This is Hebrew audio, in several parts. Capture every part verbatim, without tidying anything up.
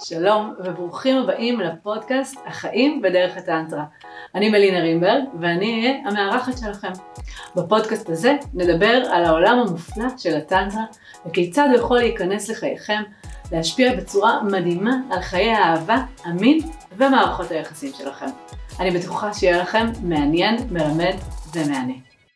שלום וברוכים הבאים לפודקאסט החיים בדרך הטנטרה. אני מלינה רימברג ואני אהיה המארחת שלכם. בפודקאסט הזה נדבר על העולם המופלא של הטנטרה וכיצד הוא יכול להיכנס לחייכם, להשפיע בצורה מדהימה על חיי האהבה, המין ומערכות היחסים שלכם. אני בטוחה שיהיה לכם מעניין, מלמד ומענה.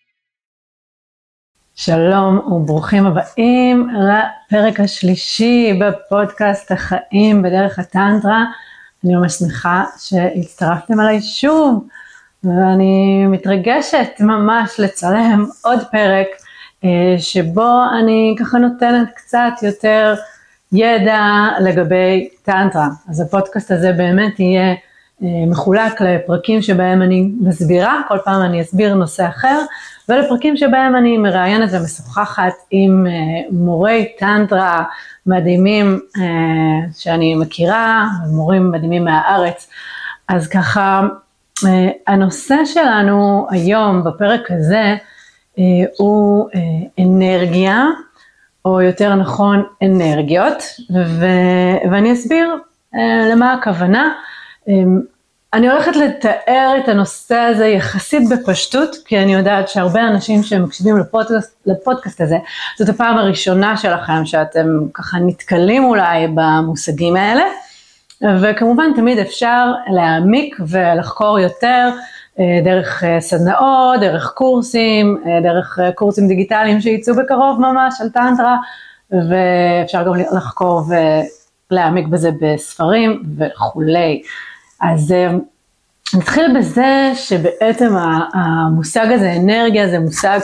שלום וברוכים הבאים לפרק השלישי בפודקאסט החיים בדרך הטנטרה. אני ממש שמחה שהצטרפתם עליי שוב, ואני מתרגשת ממש לצלם עוד פרק שבו אני ככה נותנת קצת יותר ידע לגבי טנטרה. אז הפודקאסט הזה באמת יהיה מחולק לפרקים שבהם אני מסבירה, כל פעם אני אסביר נושא אחר, ולפרקים שבהם אני מראיינת ומשוחחת עם מורי טנטרה מדהימים שאני מכירה, מורים מדהימים מהארץ. אז ככה, הנושא שלנו היום בפרק הזה הוא אנרגיה, או יותר נכון אנרגיות, ו- ואני אסביר למה הכוונה. אני הולכת לתאר את הנושא הזה יחסית בפשטות, כי אני יודעת שהרבה אנשים שמקשיבים לפודקאסט, לפודקאסט הזה, זאת הפעם הראשונה שלכם שאתם ככה נתקלים אולי במושגים האלה, וכמובן תמיד אפשר להעמיק ולחקור יותר דרך סדנאות, דרך קורסים, דרך קורסים דיגיטליים שייצאו בקרוב ממש על טנטרה, ואפשר גם לחקור ולהעמיק בזה בספרים וכולי. אז נתחיל בזה שבעצם המושג הזה, אנרגיה, זה מושג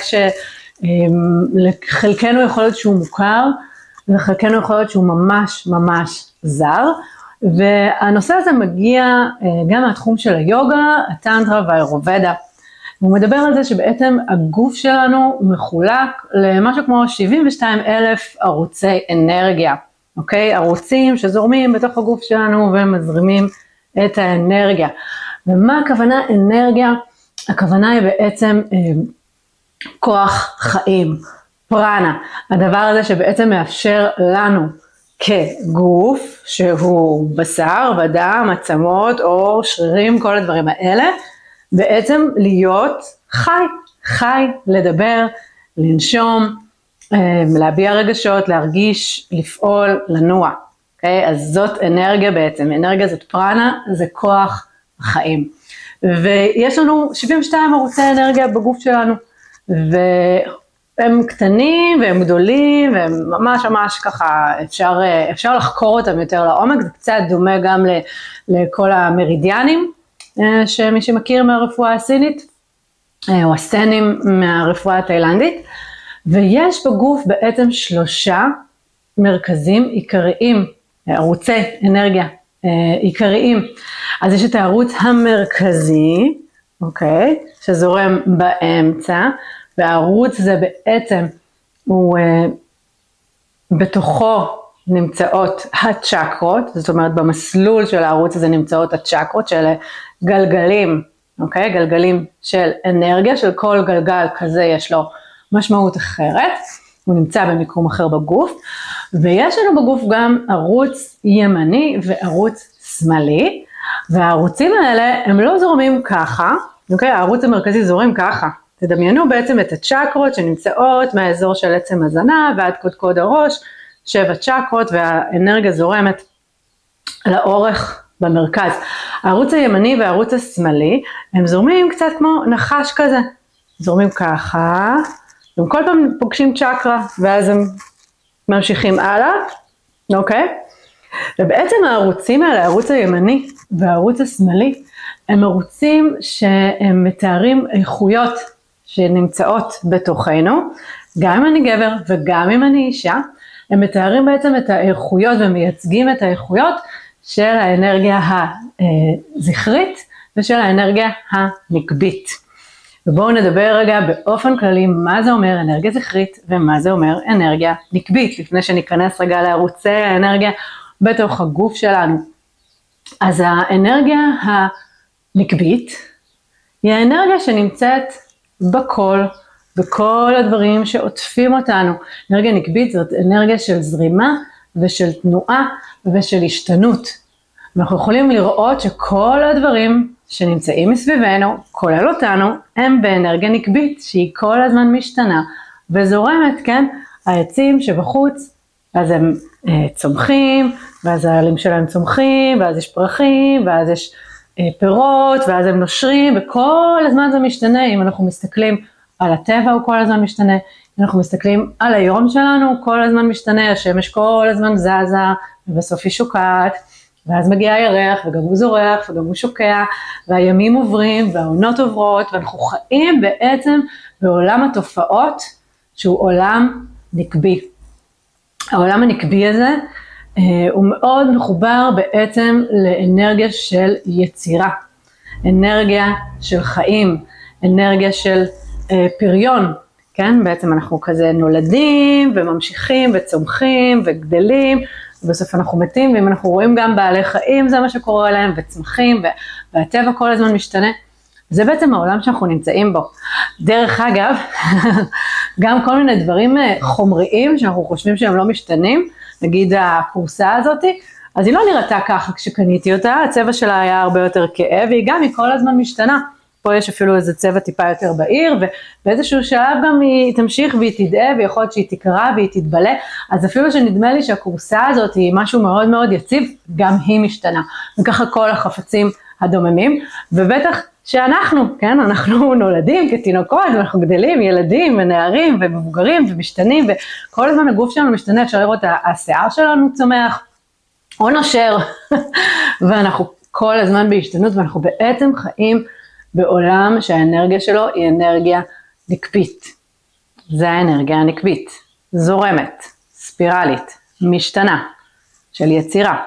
שלחלקנו יכול להיות שהוא מוכר, ולחלקנו יכול להיות שהוא ממש ממש זר, והנושא הזה מגיע גם מהתחום של היוגה, הטנטרה והאירובדה. הוא מדבר על זה שבעצם הגוף שלנו מחולק למשהו כמו שבעים ושניים אלף ערוצי אנרגיה, אוקיי? ערוצים שזורמים בתוך הגוף שלנו ומזרימים את האנרגיה. ומה הכוונה אנרגיה? הכוונה היא בעצם אה, כוח חיים, פרנה, הדבר הזה שבעצם מאפשר לנו כגוף, שהוא בשר ודם, עצמות או שרירים, כל הדברים האלה, בעצם להיות חי, חי, לדבר, לנשום, אה, להביע רגשות, להרגיש, לפעול, לנוע. Okay, אז זאת אנרגיה בעצם, אנרגיה זאת פרנה, זה כוח החיים. ויש לנו שבעים ושניים ערוצי אנרגיה בגוף שלנו, והם קטנים והם גדולים, והם ממש ממש ככה, אפשר, אפשר לחקור אותם יותר לעומק, זה קצת דומה גם לכל המרידיאנים, שמי שמכיר מהרפואה הסינית, או הסנים מהרפואה התאילנדית, ויש בגוף בעצם שלושה מרכזים עיקריים, ערוצי אנרגיה אה, עיקריים. אז יש את הערוץ המרכזי, אוקיי, שזורם באמצע, והערוץ הזה בעצם הוא אה, בתוכו נמצאות הצ'קרות, זאת אומרת במסלול של הערוץ הזה נמצאות הצ'קרות של גלגלים, אוקיי, גלגלים של אנרגיה, של כל גלגל כזה יש לו משמעות אחרת, הוא נמצא במיקום אחר בגוף, ויש לנו בגוף גם ערוץ ימני וערוץ שמאלי, והערוצים האלה הם לא זורמים ככה, אוקיי? הערוץ המרכזי זורם ככה, תדמיינו בעצם את הצ'קרות שנמצאות מהאזור של עצם הזנב ועד קודקוד הראש, שבע צ'קרות והאנרגיה זורמת לאורך במרכז. הערוץ הימני והערוץ השמאלי הם זורמים קצת כמו נחש כזה, זורמים ככה, הם כל פעם פוגשים צ'קרה, ואז הם ממשיכים הלאה, אוקיי? ובעצם הערוצים האלה, הערוץ הימני והערוץ השמאלי, הם ערוצים שהם מתארים איכויות שנמצאות בתוכנו, גם אם אני גבר וגם אם אני אישה, הם מתארים בעצם את האיכויות ומייצגים את האיכויות של האנרגיה הזכרית ושל האנרגיה הנקבית. ובואו נדבר רגע באופן כללי מה זה אומר אנרגיה זכרית ומה זה אומר אנרגיה נקבית, לפני שניכנס רגע לערוצי האנרגיה בתוך הגוף שלנו. אז האנרגיה הנקבית היא האנרגיה שנמצאת בכל, בכל הדברים שעוטפים אותנו. אנרגיה נקבית זאת אנרגיה של זרימה ושל תנועה ושל השתנות. אנחנו יכולים לראות שכל הדברים שנמצאים מסביבנו, כולל אותנו, הם באנרגיה נקבית, שהיא כל הזמן משתנה וזורמת, כן? העצים שבחוץ, אז הם אה, צומחים, ואז העלים שלהם צומחים, ואז יש פרחים, ואז יש אה, פירות, ואז הם נושרים, וכל הזמן זה משתנה. אם אנחנו מסתכלים על הטבע, הוא כל הזמן משתנה. אם אנחנו מסתכלים על היום שלנו, הוא כל הזמן משתנה, השמש כל הזמן זזה, ובסוף היא שוקעת, ואז מגיע הירח, וגם הוא זורח, וגם הוא שוקע, והימים עוברים, והעונות עוברות, ואנחנו חיים בעצם בעולם התופעות, שהוא עולם נקבי. העולם הנקבי הזה, אה, הוא מאוד מחובר בעצם לאנרגיה של יצירה, אנרגיה של חיים, אנרגיה של אה, פריון, כן? בעצם אנחנו כזה נולדים וממשיכים וצומחים וגדלים, ובסוף אנחנו מתים, ואם אנחנו רואים גם בעלי חיים, זה מה שקורה להם, וצמחים, והטבע כל הזמן משתנה. זה בעצם העולם שאנחנו נמצאים בו. דרך אגב, גם כל מיני דברים חומריים שאנחנו חושבים שהם לא משתנים, נגיד הקורסה הזאת, אז היא לא נראתה ככה כשקניתי אותה, הצבע שלה היה הרבה יותר כאב, והיא גם היא כל הזמן משתנה. פה יש אפילו איזה צבע טיפה יותר בעיר, ובאיזשהו שלב גם היא תמשיך והיא תדעה, ויכול להיות שהיא תקרה והיא תתבלה, אז אפילו שנדמה לי שהקורסה הזאת היא משהו מאוד מאוד יציב, גם היא משתנה, וככה כל החפצים הדוממים, ובטח שאנחנו, כן, אנחנו נולדים כתינוקות, ואנחנו גדלים, ילדים ונערים ומבוגרים ומשתנים, וכל הזמן הגוף שלנו משתנה, אפשר לראות השיער שלנו צומח, או נושר, ואנחנו כל הזמן בהשתנות, ואנחנו בעצם חיים בעולם שהאנרגיה שלו היא אנרגיה נקבית. זה האנרגיה הנקבית, זורמת, ספירלית, משתנה, של יצירה.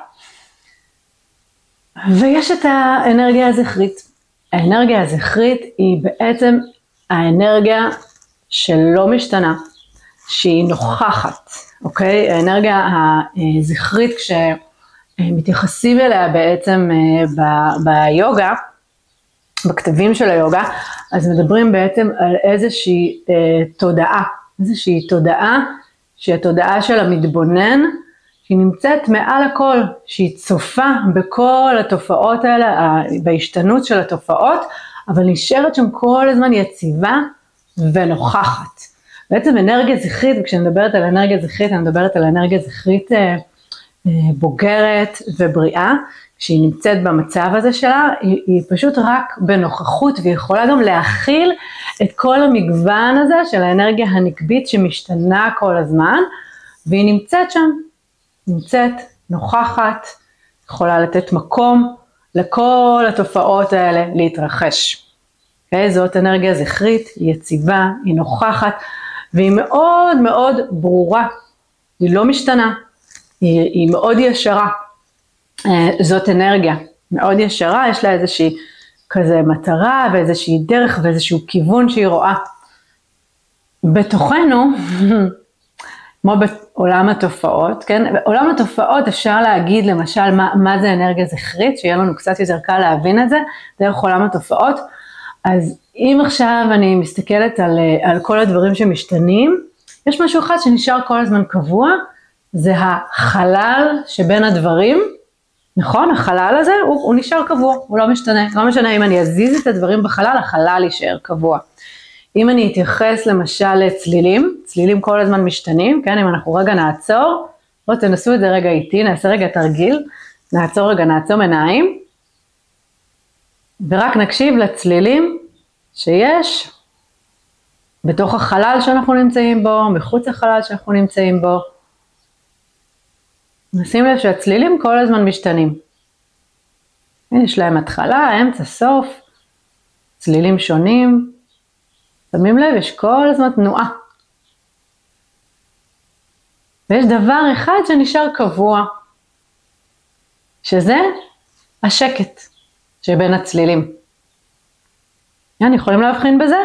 ויש את האנרגיה הזכרית. האנרגיה הזכרית היא בעצם האנרגיה שלא משתנה, שהיא נוכחת, אוקיי? האנרגיה הזכרית כשמתייחסים אליה בעצם ביוגה, בכתבים של היוגה, אז מדברים בעצם על איזושהי אה, תודעה, איזושהי תודעה שהיא התודעה של המתבונן, שהיא נמצאת מעל הכל, שהיא צופה בכל התופעות האלה, בהשתנות של התופעות, אבל נשארת שם כל הזמן יציבה ונוכחת. בעצם אנרגיה זכרית, וכשאני מדברת על אנרגיה זכרית, אני מדברת על אנרגיה זכרית אה, אה, בוגרת ובריאה, כשהיא נמצאת במצב הזה שלה, היא, היא פשוט רק בנוכחות, והיא יכולה גם להכיל את כל המגוון הזה של האנרגיה הנקבית שמשתנה כל הזמן, והיא נמצאת שם, נמצאת, נוכחת, יכולה לתת מקום לכל התופעות האלה להתרחש. Okay, זאת אנרגיה זכרית, היא יציבה, היא נוכחת, והיא מאוד מאוד ברורה, היא לא משתנה, היא, היא מאוד ישרה. זאת אנרגיה מאוד ישרה, יש לה איזושהי כזה מטרה ואיזושהי דרך ואיזשהו כיוון שהיא רואה. בתוכנו, כמו בעולם התופעות, כן? בעולם התופעות אפשר להגיד למשל מה, מה זה אנרגיה זכרית, שיהיה לנו קצת יותר קל להבין את זה, דרך עולם התופעות. אז אם עכשיו אני מסתכלת על, על כל הדברים שמשתנים, יש משהו אחד שנשאר כל הזמן קבוע, זה החלל שבין הדברים, נכון? החלל הזה הוא, הוא נשאר קבוע, הוא לא משתנה. לא משנה אם אני אזיז את הדברים בחלל, החלל יישאר קבוע. אם אני אתייחס למשל לצלילים, צלילים כל הזמן משתנים, כן? אם אנחנו רגע נעצור, בואו תנסו את זה רגע איתי, נעשה רגע תרגיל, נעצור רגע, נעצום עיניים, ורק נקשיב לצלילים שיש בתוך החלל שאנחנו נמצאים בו, מחוץ לחלל שאנחנו נמצאים בו, נשים לב שהצלילים כל הזמן משתנים. יש להם התחלה, אמצע, סוף, צלילים שונים. שמים לב, יש כל הזמן תנועה. ויש דבר אחד שנשאר קבוע, שזה השקט שבין הצלילים. אני יכולים להבחין בזה?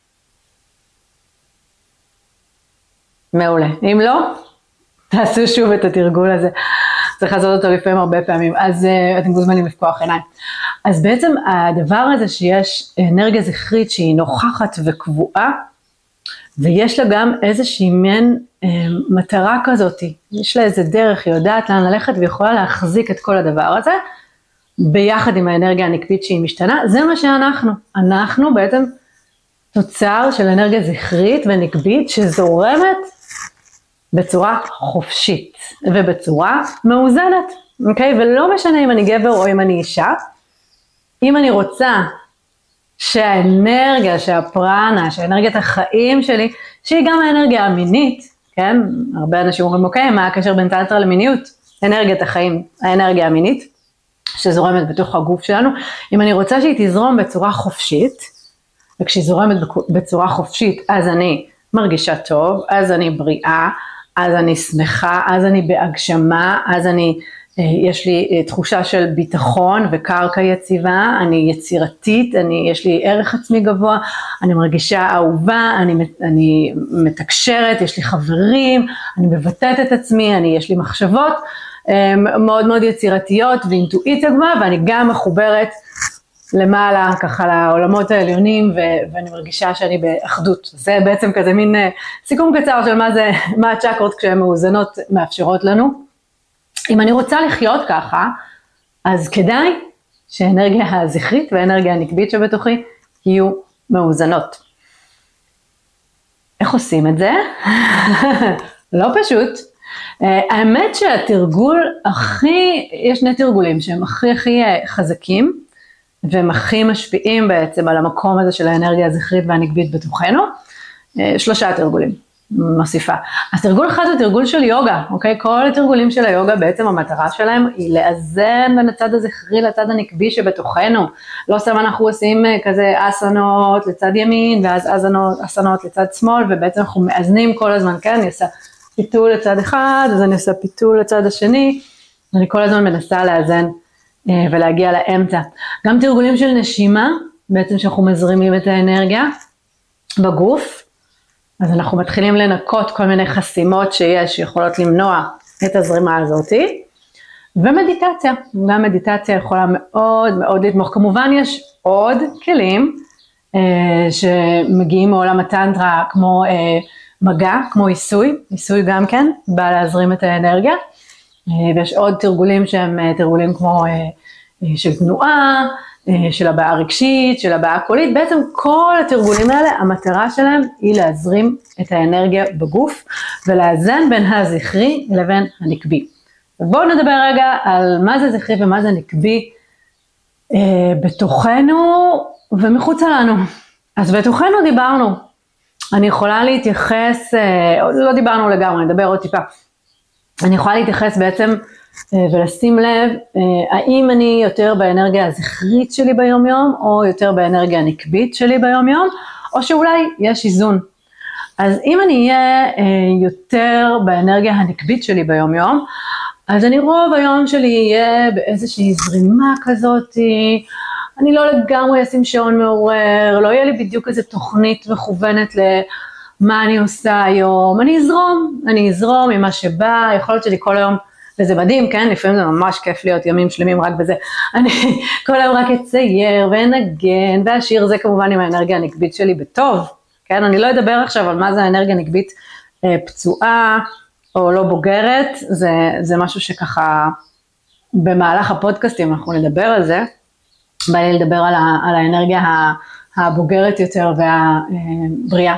מעולה. אם לא, תעשו שוב את התרגול הזה, צריך לעשות אותו לפעמים הרבה פעמים, אז uh, אתם מוזמנים לפקוח עיניים. אז בעצם הדבר הזה שיש אנרגיה זכרית שהיא נוכחת וקבועה, ויש לה גם איזושהי מין מטרה כזאת, יש לה איזה דרך, היא יודעת לאן ללכת ויכולה להחזיק את כל הדבר הזה, ביחד עם האנרגיה הנקבית שהיא משתנה, זה מה שאנחנו, אנחנו בעצם תוצר של אנרגיה זכרית ונקבית שזורמת בצורה חופשית ובצורה מאוזנת, אוקיי? ולא משנה אם אני גבר או אם אני אישה, אם אני רוצה שהאנרגיה, שהפרנה, שהאנרגיית החיים שלי, שהיא גם האנרגיה המינית, כן? הרבה אנשים אומרים, אוקיי, מה הקשר בין טנטרה למיניות? אנרגיית החיים, האנרגיה המינית, שזורמת בתוך הגוף שלנו, אם אני רוצה שהיא תזרום בצורה חופשית, וכשהיא זורמת בצורה חופשית, אז אני מרגישה טוב, אז אני בריאה, אז אני שמחה, אז אני בהגשמה, אז אני, יש לי תחושה של ביטחון וקרקע יציבה, אני יצירתית, אני, יש לי ערך עצמי גבוה, אני מרגישה אהובה, אני, אני מתקשרת, יש לי חברים, אני מבטאת את עצמי, אני, יש לי מחשבות מאוד מאוד יצירתיות ואינטואיציה גבוהה, ואני גם מחוברת למעלה, ככה לעולמות העליונים, ו- ואני מרגישה שאני באחדות. זה בעצם כזה מין סיכום קצר של מה זה, מה הצ'קרות כשהן מאוזנות מאפשרות לנו. אם אני רוצה לחיות ככה, אז כדאי שהאנרגיה הזכרית והאנרגיה הנקבית שבתוכי יהיו מאוזנות. איך עושים את זה? לא פשוט. האמת שהתרגול הכי, יש שני תרגולים שהם הכי הכי חזקים, והם הכי משפיעים בעצם על המקום הזה של האנרגיה הזכרית והנקבית בתוכנו, שלושה תרגולים, מוסיפה. התרגול אחד זה תרגול של יוגה, אוקיי? כל התרגולים של היוגה בעצם המטרה שלהם היא לאזן בין הצד הזכרי לצד הנקבי שבתוכנו, לא סתם אנחנו עושים כזה אסנות לצד ימין, ואז אסנות, אסנות לצד שמאל, ובעצם אנחנו מאזנים כל הזמן, כן? אני עושה פיתול לצד אחד, אז אני עושה פיתול לצד השני, ואני כל הזמן מנסה לאזן ולהגיע לאמצע. גם תרגולים של נשימה, בעצם שאנחנו מזרימים את האנרגיה בגוף, אז אנחנו מתחילים לנקות כל מיני חסימות שיש, שיכולות למנוע את הזרימה הזאת, ומדיטציה, גם מדיטציה יכולה מאוד מאוד לתמוך. כמובן יש עוד כלים אה, שמגיעים מעולם הטנטרה, כמו אה, מגע, כמו עיסוי, עיסוי גם כן, בא להזרים את האנרגיה, ויש עוד תרגולים שהם תרגולים כמו של תנועה, של הבעה רגשית, של הבעה קולית, בעצם כל התרגולים האלה, המטרה שלהם היא להזרים את האנרגיה בגוף, ולאזן בין הזכרי לבין הנקבי. בואו נדבר רגע על מה זה זכרי ומה זה נקבי בתוכנו ומחוץ לנו. אז בתוכנו דיברנו, אני יכולה להתייחס, לא דיברנו לגמרי, נדבר עוד טיפה, אני יכולה להתייחס בעצם ולשים לב, האם אני יותר באנרגיה הזכרית שלי ביום יום, או יותר באנרגיה הנקבית שלי ביום יום, או שאולי יש איזון. אז אם אני אהיה יותר באנרגיה הנקבית שלי ביום יום, אז אני רוב היום שלי יהיה באיזושהי זרימה כזאת, אני לא לגמרי אשים שעון מעורר, לא יהיה לי בדיוק איזו תוכנית מכוונת ל... מה אני עושה היום, אני אזרום, אני אזרום עם מה שבא, יכול להיות שלי כל היום, וזה מדהים, כן, לפעמים זה ממש כיף להיות ימים שלמים רק בזה, אני כל היום רק אצייר ואנגן, והשיר זה כמובן עם האנרגיה הנקבית שלי בטוב, כן, אני לא אדבר עכשיו על מה זה האנרגיה הנקבית אה, פצועה, או לא בוגרת, זה, זה משהו שככה, במהלך הפודקאסטים אנחנו נדבר על זה, בא לי לדבר על, ה, על האנרגיה הבוגרת יותר והבריאה.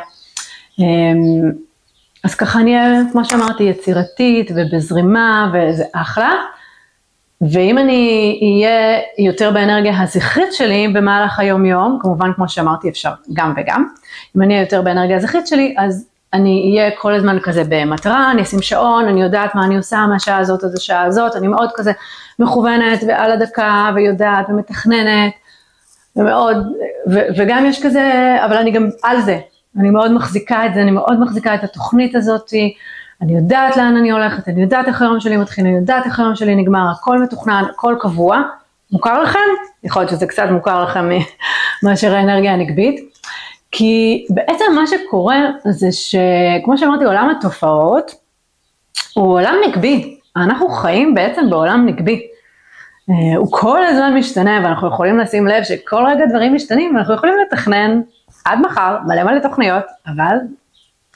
אז ככה אני אהיה, כמו שאמרתי, יצירתית ובזרימה, וזה אחלה. ואם אני אהיה יותר באנרגיה הזכרית שלי במהלך היום יום, כמובן כמו שאמרתי אפשר גם וגם, אם אני אהיה יותר באנרגיה הזכרית שלי, אז אני אהיה כל הזמן כזה במטרה, אני אשים שעון, אני יודעת מה אני עושה מהשעה הזאת עד השעה הזאת, אני מאוד כזה מכוונת ועל הדקה ויודעת ומתכננת, ומאוד, ו, וגם יש כזה, אבל אני גם על זה, אני מאוד מחזיקה את זה, אני מאוד מחזיקה את התוכנית הזאת, אני יודעת לאן אני הולכת, אני יודעת איך היום שלי מתחיל, אני יודעת איך היום שלי נגמר, הכל מתוכנן, הכל קבוע, מוכר לכם? יכול להיות שזה קצת מוכר לכם מאשר האנרגיה הנקבית, כי בעצם מה שקורה זה שכמו שאמרתי, עולם התופעות הוא עולם נקבי, אנחנו חיים בעצם בעולם נקבי, הוא כל הזמן משתנה ואנחנו יכולים לשים לב שכל רגע דברים משתנים ואנחנו יכולים לתכנן עד מחר מלא מלא תוכניות, אבל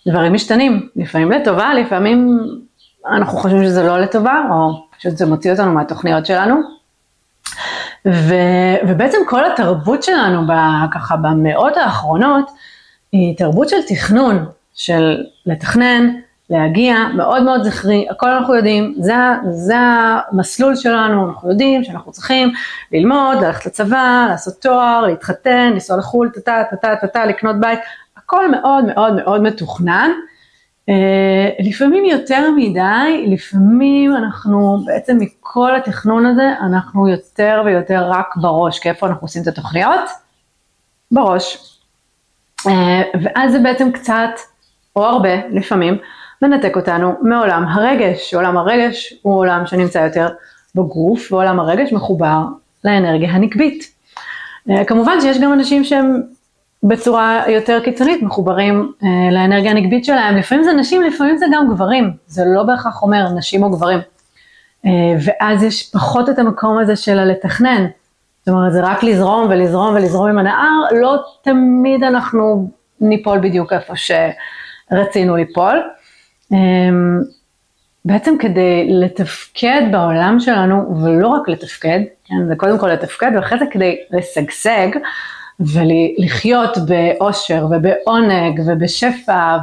דברים משתנים, לפעמים לטובה, לפעמים אנחנו חושבים שזה לא לטובה, או פשוט זה מוציא אותנו מהתוכניות שלנו. ו, ובעצם כל התרבות שלנו, ככה במאות האחרונות, היא תרבות של תכנון, של לתכנן, להגיע, מאוד מאוד זכרי, הכל אנחנו יודעים, זה, זה המסלול שלנו, אנחנו יודעים שאנחנו צריכים ללמוד, ללכת לצבא, לעשות תואר, להתחתן, לנסוע לחול, תתה, תתה, תתה, לקנות בית, הכל מאוד מאוד מאוד מתוכנן, לפעמים יותר מדי, לפעמים אנחנו בעצם מכל התכנון הזה, אנחנו יותר ויותר רק בראש, כי איפה אנחנו עושים את התוכניות? בראש. ואז זה בעצם קצת, או הרבה לפעמים, מנתק אותנו מעולם הרגש. עולם הרגש הוא עולם שנמצא יותר בגוף, ועולם הרגש מחובר לאנרגיה הנקבית. כמובן שיש גם אנשים שהם בצורה יותר קיצונית מחוברים לאנרגיה הנקבית שלהם, לפעמים זה נשים, לפעמים זה גם גברים, זה לא בהכרח אומר נשים או גברים. ואז יש פחות את המקום הזה של לתכנן, זאת אומרת זה רק לזרום ולזרום ולזרום עם הנהר, לא תמיד אנחנו ניפול בדיוק איפה שרצינו ליפול. בעצם כדי לתפקד בעולם שלנו, ולא רק לתפקד, כן, זה קודם כל לתפקד, ואחרי זה כדי לשגשג, ולחיות באושר ובעונג ובשפע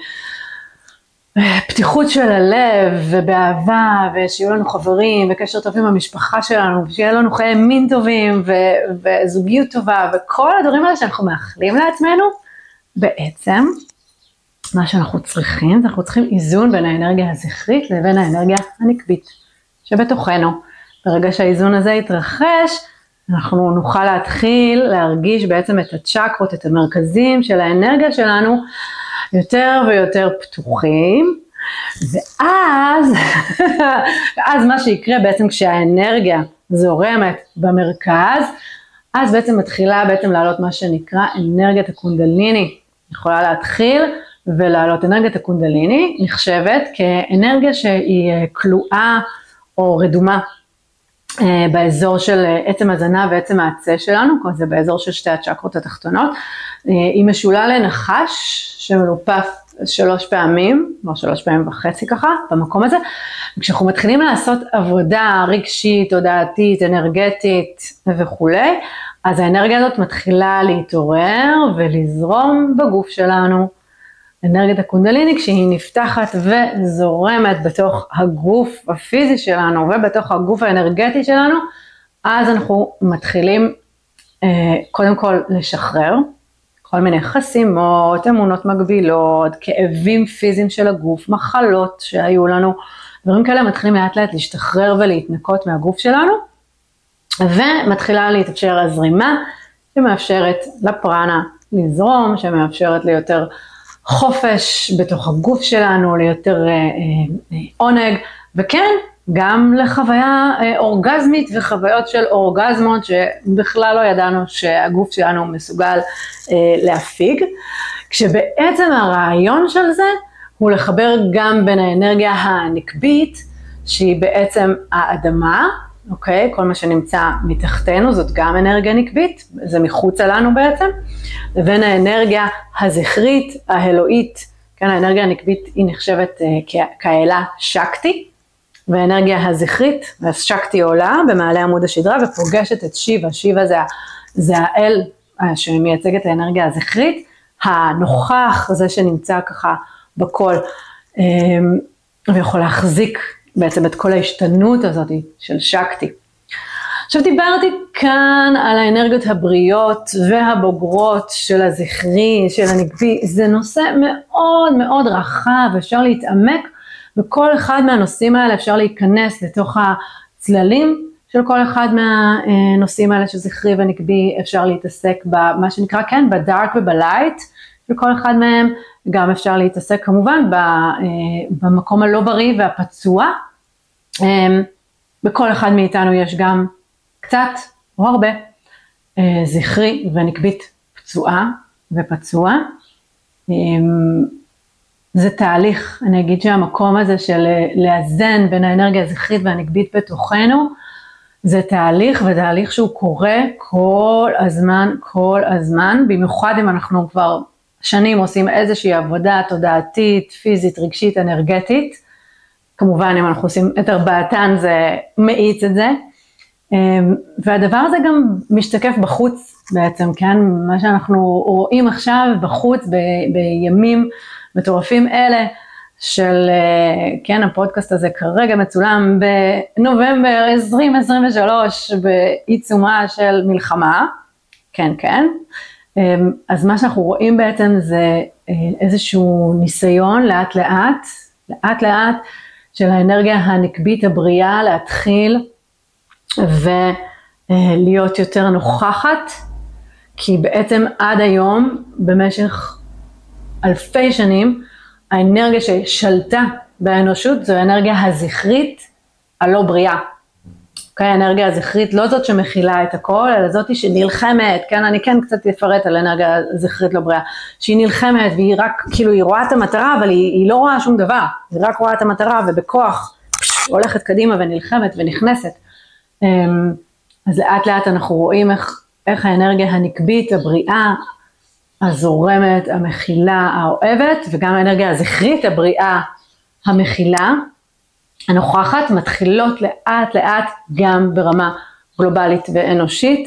ובפתיחות של הלב ובאהבה, ושיהיו לנו חברים וקשר טוב עם המשפחה שלנו, ושיהיה לנו חיי מין טובים וזוגיות טובה, וכל הדברים האלה שאנחנו מאחלים לעצמנו, בעצם מה שאנחנו צריכים, אנחנו צריכים איזון בין האנרגיה הזכרית לבין האנרגיה הנקבית שבתוכנו. ברגע שהאיזון הזה יתרחש, אנחנו נוכל להתחיל להרגיש בעצם את הצ'קרות, את המרכזים של האנרגיה שלנו, יותר ויותר פתוחים, ואז, ואז מה שיקרה בעצם כשהאנרגיה זורמת במרכז, אז בעצם מתחילה בעצם לעלות מה שנקרא אנרגיית הקונדליני, יכולה להתחיל ולעלות. אנרגיית הקונדליני נחשבת כאנרגיה שהיא כלואה או רדומה, באזור של עצם הזנב ועצם העצה שלנו, זה באזור של שתי הצ'קרות התחתונות, היא משולה לנחש שמלופף שלוש פעמים, או שלוש פעמים וחצי ככה, במקום הזה, וכשאנחנו מתחילים לעשות עבודה רגשית, תודעתית, אנרגטית וכו', אז האנרגיה הזאת מתחילה להתעורר ולזרום בגוף שלנו, אנרגיית הקונדליני כשהיא נפתחת וזורמת בתוך הגוף הפיזי שלנו ובתוך הגוף האנרגטי שלנו, אז אנחנו מתחילים אה, קודם כל לשחרר כל מיני חסימות, אמונות מגבילות, כאבים פיזיים של הגוף, מחלות שהיו לנו, דברים כאלה מתחילים לאט לאט להשתחרר ולהתנקות מהגוף שלנו, ומתחילה להתאפשר הזרימה שמאפשרת לפרנה לזרום, שמאפשרת ליותר חופש בתוך הגוף שלנו, ליותר אה, אה, עונג, וכן, גם לחוויה אה, אורגזמית וחוויות של אורגזמות שבכלל לא ידענו שהגוף שלנו מסוגל אה, להפיג, כשבעצם הרעיון של זה הוא לחבר גם בין האנרגיה הנקבית, שהיא בעצם האדמה, אוקיי? כל מה שנמצא מתחתנו זאת גם אנרגיה נקבית, זה מחוץ לנו בעצם, לבין האנרגיה הזכרית, האלוהית, כן, האנרגיה הנקבית היא נחשבת uh, כאלה שקטי, והאנרגיה הזכרית, והשקטי עולה במעלה עמוד השדרה ופוגשת את שיבה, שיבה זה, זה האל שמייצג את האנרגיה הזכרית, הנוכח, זה שנמצא ככה בכל, um, ויכול להחזיק בעצם את כל ההשתנות הזאת של שקטי. עכשיו דיברתי כאן על האנרגיות הבריאות והבוגרות של הזכרי, של הנקבי, זה נושא מאוד מאוד רחב, אפשר להתעמק בכל אחד מהנושאים האלה, אפשר להיכנס לתוך הצללים של כל אחד מהנושאים האלה של זכרי ונקבי, אפשר להתעסק במה שנקרא כן, בדארק ובלייט, של כל אחד מהם, גם אפשר להתעסק כמובן במקום הלא בריא והפצוע, בכל אחד מאיתנו יש גם קצת או הרבה זכרי ונקבית פצועה ופצוע, זה תהליך, אני אגיד שהמקום הזה של לאזן בין האנרגיה הזכרית והנקבית בתוכנו, זה תהליך ותהליך שהוא קורה כל הזמן, כל הזמן, במיוחד אם אנחנו כבר שנים עושים איזושהי עבודה תודעתית, פיזית, רגשית, אנרגטית, כמובן אם אנחנו עושים את ארבעתן זה מאיץ את זה, והדבר הזה גם משתקף בחוץ בעצם, כן, מה שאנחנו רואים עכשיו בחוץ ב, בימים מטורפים אלה, של, כן, הפודקאסט הזה כרגע מצולם בנובמבר עשרים עשרים ושלוש בעיצומה של מלחמה, כן, כן, אז מה שאנחנו רואים בעצם זה איזשהו ניסיון לאט לאט, לאט לאט של האנרגיה הנקבית הבריאה להתחיל ולהיות יותר נוכחת, כי בעצם עד היום במשך אלפי שנים האנרגיה ששלטה באנושות זו האנרגיה הזכרית הלא בריאה. אוקיי, האנרגיה הזכרית לא זאת שמכילה את הכל, אלא זאת שנלחמת, כן, אני כן קצת אפרט על האנרגיה הזכרית לא בריאה, שהיא נלחמת והיא רק, כאילו היא רואה את המטרה, אבל היא, היא לא רואה שום דבר, היא רק רואה את המטרה ובכוח פש, הולכת קדימה ונלחמת ונכנסת. אז לאט לאט אנחנו רואים איך, איך האנרגיה הנקבית, הבריאה, הזורמת, המכילה, האוהבת, וגם האנרגיה הזכרית, הבריאה, המכילה, הנוכחת, מתחילות לאט לאט גם ברמה גלובלית ואנושית,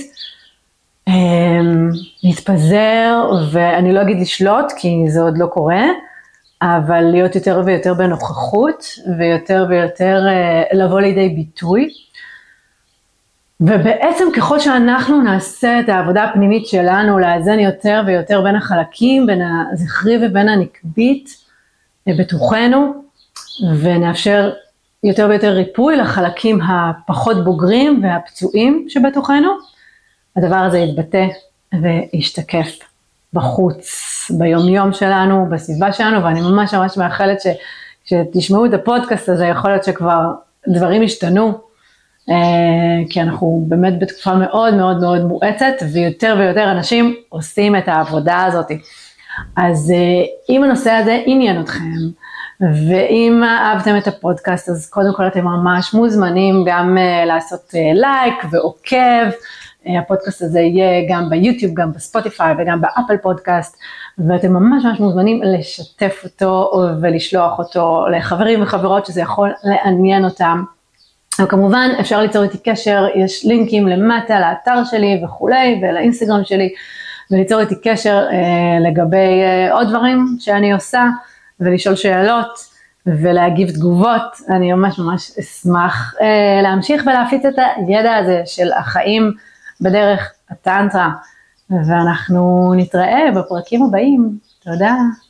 להתפזר, ואני לא אגיד לשלוט, כי זה עוד לא קורה, אבל להיות יותר ויותר בנוכחות, ויותר ויותר לבוא לידי ביטוי, ובעצם ככל שאנחנו נעשה את העבודה הפנימית שלנו, לאזן יותר ויותר בין החלקים, בין הזכרי ובין הנקבית בתוכנו, ונאפשר יותר ויותר ריפוי לחלקים הפחות בוגרים והפצועים שבתוכנו, הדבר הזה יתבטא וישתקף בחוץ, ביומיום שלנו, בסביבה שלנו, ואני ממש ממש מאחלת שכשתשמעו את הפודקאסט הזה, יכול להיות שכבר דברים השתנו, כי אנחנו באמת בתקופה מאוד מאוד מאוד מואצת, ויותר ויותר אנשים עושים את העבודה הזאת. אז אם הנושא הזה עניין אתכם, ואם אהבתם את הפודקאסט, אז קודם כל אתם ממש מוזמנים גם לעשות לייק ועוקב, הפודקאסט הזה יהיה גם ביוטיוב, גם בספוטיפיי וגם באפל פודקאסט, ואתם ממש ממש מוזמנים לשתף אותו ולשלוח אותו לחברים וחברות שזה יכול לעניין אותם. וכמובן אפשר ליצור איתי קשר, יש לינקים למטה לאתר שלי וכולי, ולאינסטגרם שלי, וליצור איתי קשר אה, לגבי אה, עוד דברים שאני עושה, ולשאול שאלות, ולהגיב תגובות. אני ממש ממש אשמח אה, להמשיך ולהפיץ את הידע הזה של החיים בדרך הטנטרה, ואנחנו נתראה בפרקים הבאים. תודה.